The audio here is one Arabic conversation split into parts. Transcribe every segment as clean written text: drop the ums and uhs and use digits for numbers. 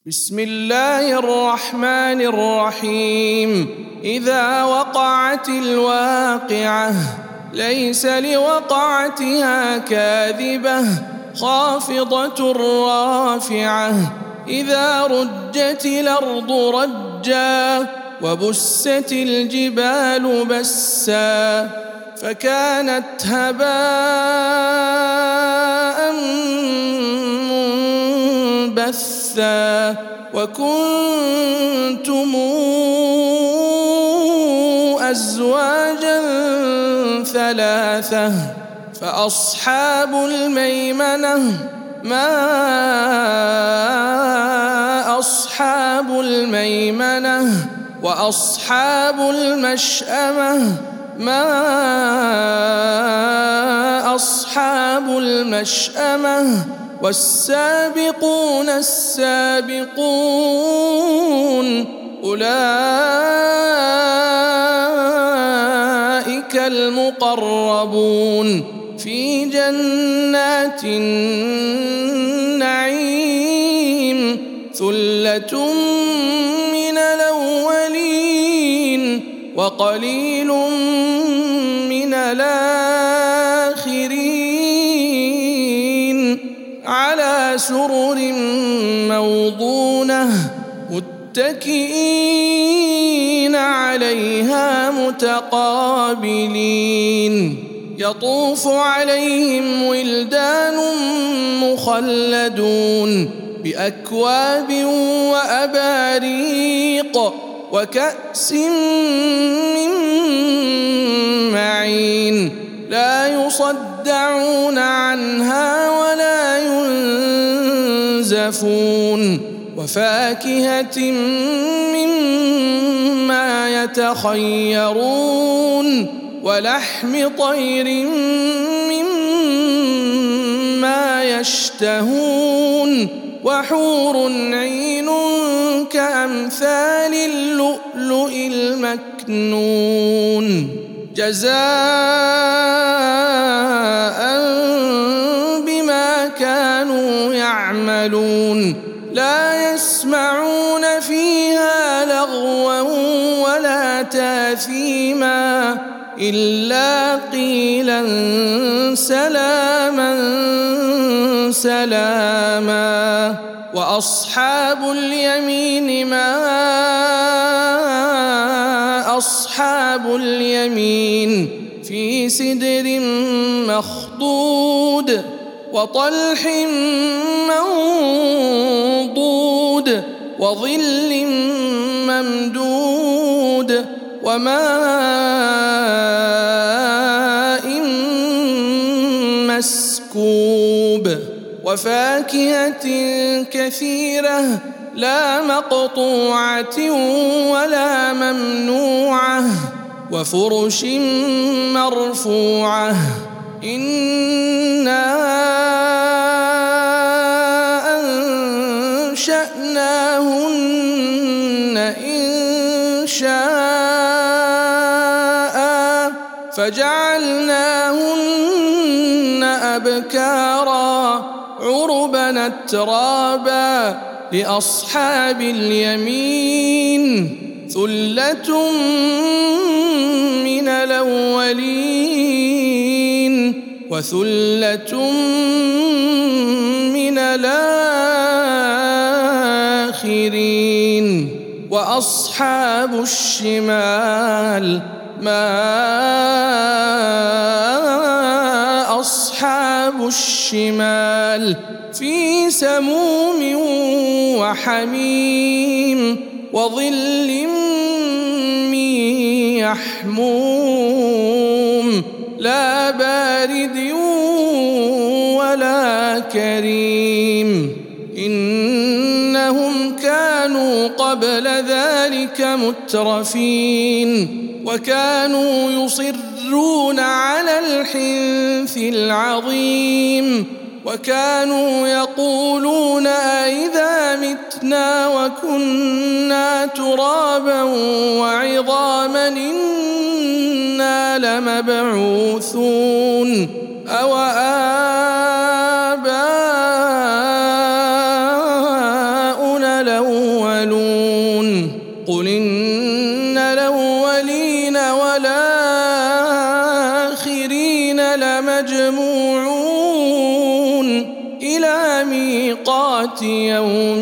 بسم الله الرحمن الرحيم. إذا وقعت الواقعة ليس لوقعتها كاذبة خافضة رافعة. إذا رجت الأرض رجا وبست الجبال بسا فكانت هباء منبثا وكنتم أزواجا ثلاثة فأصحاب الميمنة ما أصحاب الميمنة وأصحاب المشأمة ما أصحاب المشأمة والسابقون السابقون أولئك المقربون في جنات النعيم ثلة من الأولين وقليل من الآخرين على سرر موضونة متكئين عليها متقابلين يطوف عليهم ولدان مخلدون بأكواب وأباريق وكأس من معين لا يصدعون عنها ولا ينزفون وفاكهة مما يتخيرون ولحم طير مما يشتهون وحور عين كأمثال اللؤلؤ المكنون جزاء بما كانوا يعملون لا يسمعون فيها لغوا ولا تاثيما إلا قيلا سلاما سلاما وأصحاب اليمين ما أصحاب اليمين في سدر مخضود وطلح منضود وظل ممدود وماء مسكوب وفاكهة كثيرة لا مقطوعة ولا ممنوعة وفرش مرفوعة إنا أنشأناهن إنشاء فجعلناهن أبكارا عربا أترابا لأصحاب اليمين ثلة من الأولين وثلة من الآخرين وأصحاب الشمال ما أصحاب الشمال في سموم وحميم وظل من يحموم لا بارد ولا كريم إنهم كانوا قبل ذلك مترفين وكانوا يصرون على الحنث العظيم وكانوا يقولون أئذا متنا وكنا ترابا وعظاما إنا لمبعوثون أو آباؤنا الأولون قل إن الأولين والآخرين لمجموعون إلى ميقات يوم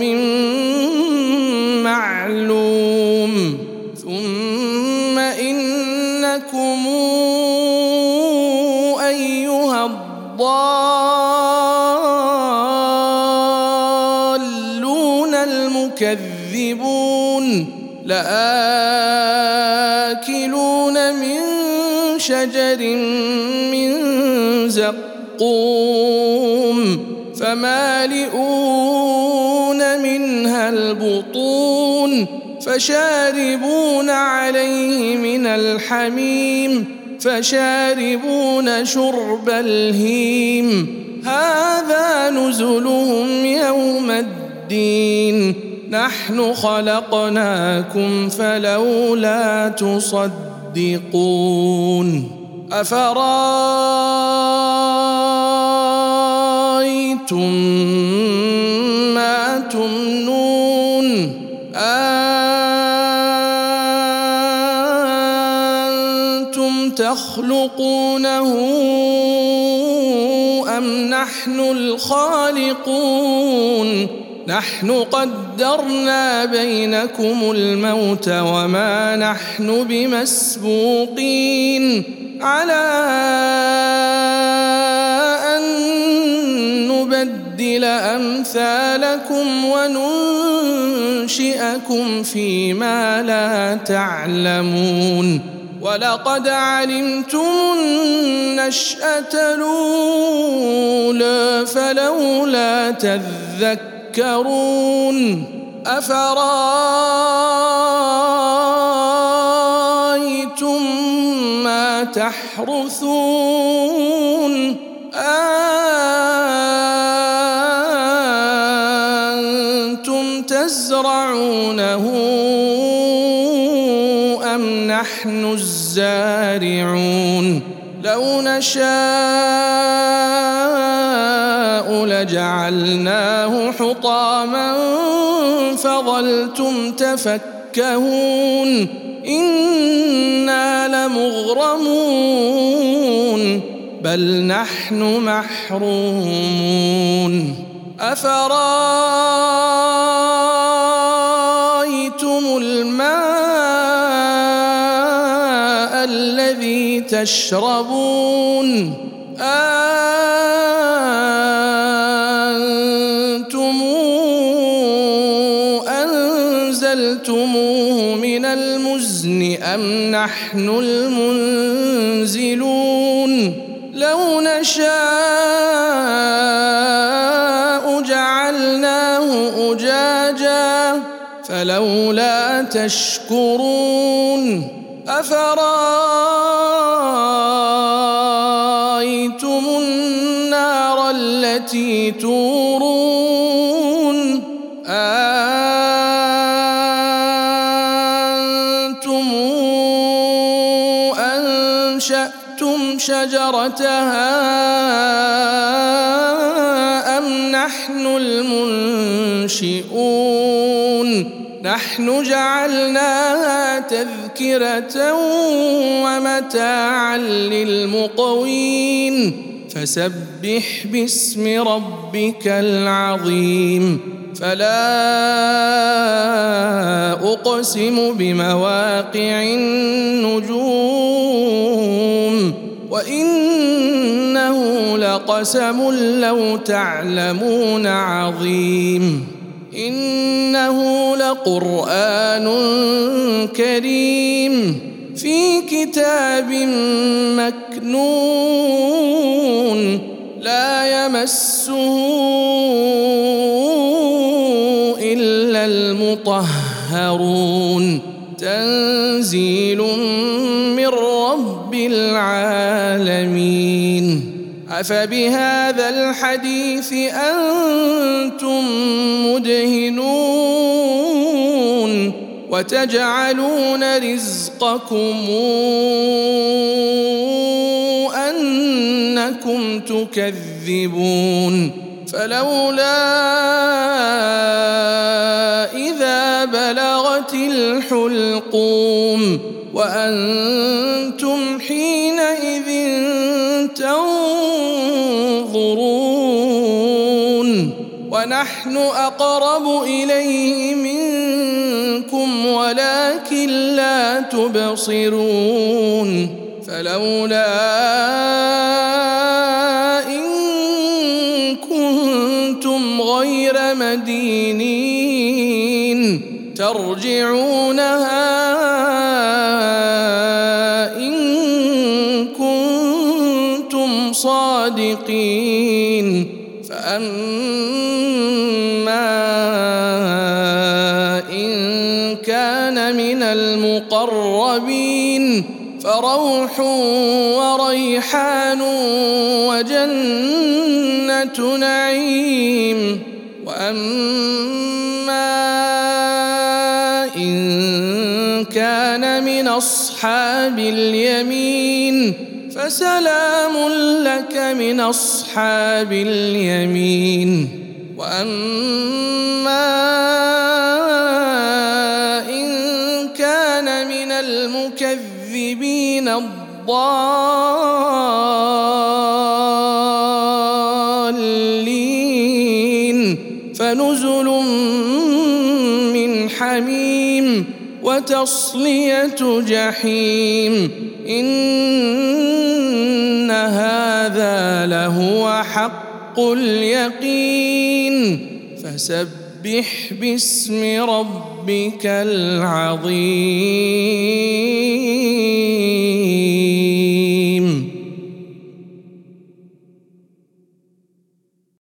معلوم ثم إنكم أيها الضالون المكذبون لآكلون من شجر من زقوم فمالئون منها البطون فشاربون عليه من الحميم فشاربون شرب الهيم هذا نزلهم يوم الدين نحن خلقناكم فلولا تصدقون أفرأيتم ما تمنون أنتم تخلقونه أم نحن الخالقون نحن قدرنا بينكم الموت وما نحن بمسبوقين على أن نبدل أمثالكم وننشئكم فيما لا تعلمون ولقد علمتم النشأة الأولى فلولا تذكرون أفرأيتم ما تحرثون أنتم تزرعونه أم نحن الزارعون لو نشاء لجعلناه حطاما فظلتم تفكهون إنا لمغرمون بل نحن محرومون أفرأيتم الماء الذي تشربون أنتم أنزلتموه من المزن أم نحن المنزلون لو نشاء جعلناه أجاجا فلولا تشكرون أفرأيتم النار التي تورون أنتم أنشأتم شجرتها أم نحن المنشئون نحن جعلناها تذكرة ومتاعا للمقوين فسبح باسم ربك العظيم فلا أقسم بمواقع النجوم وإنه لقسم لو تعلمون عظيم إنه لقرآن كريم في كتاب مكنون لا يمسه إلا المطهرون تنزيل من رب العالمين أفبهذا الحديث أنتم مدهنون وتجعلون رزقكم أنكم تكذبون فلولا إذا بلغت الحلقوم وأنتم حينئذ تنظرون ونحن أقرب إليه منكم ولكن لا تبصرون فلولا إن كنتم غير مدينين ترجعونها إن كنتم صادقين فأما إن كان من المقربين فروح وريحان وجنة نعيم وأما إن كان من أصحاب اليمين فسلام لك من أصحاب اليمين وأما إن كان من المكذبين الضالين فنزل من حميم وتصلية جحيم إن هذا لهو حق اليقين فسبح باسم ربك العظيم.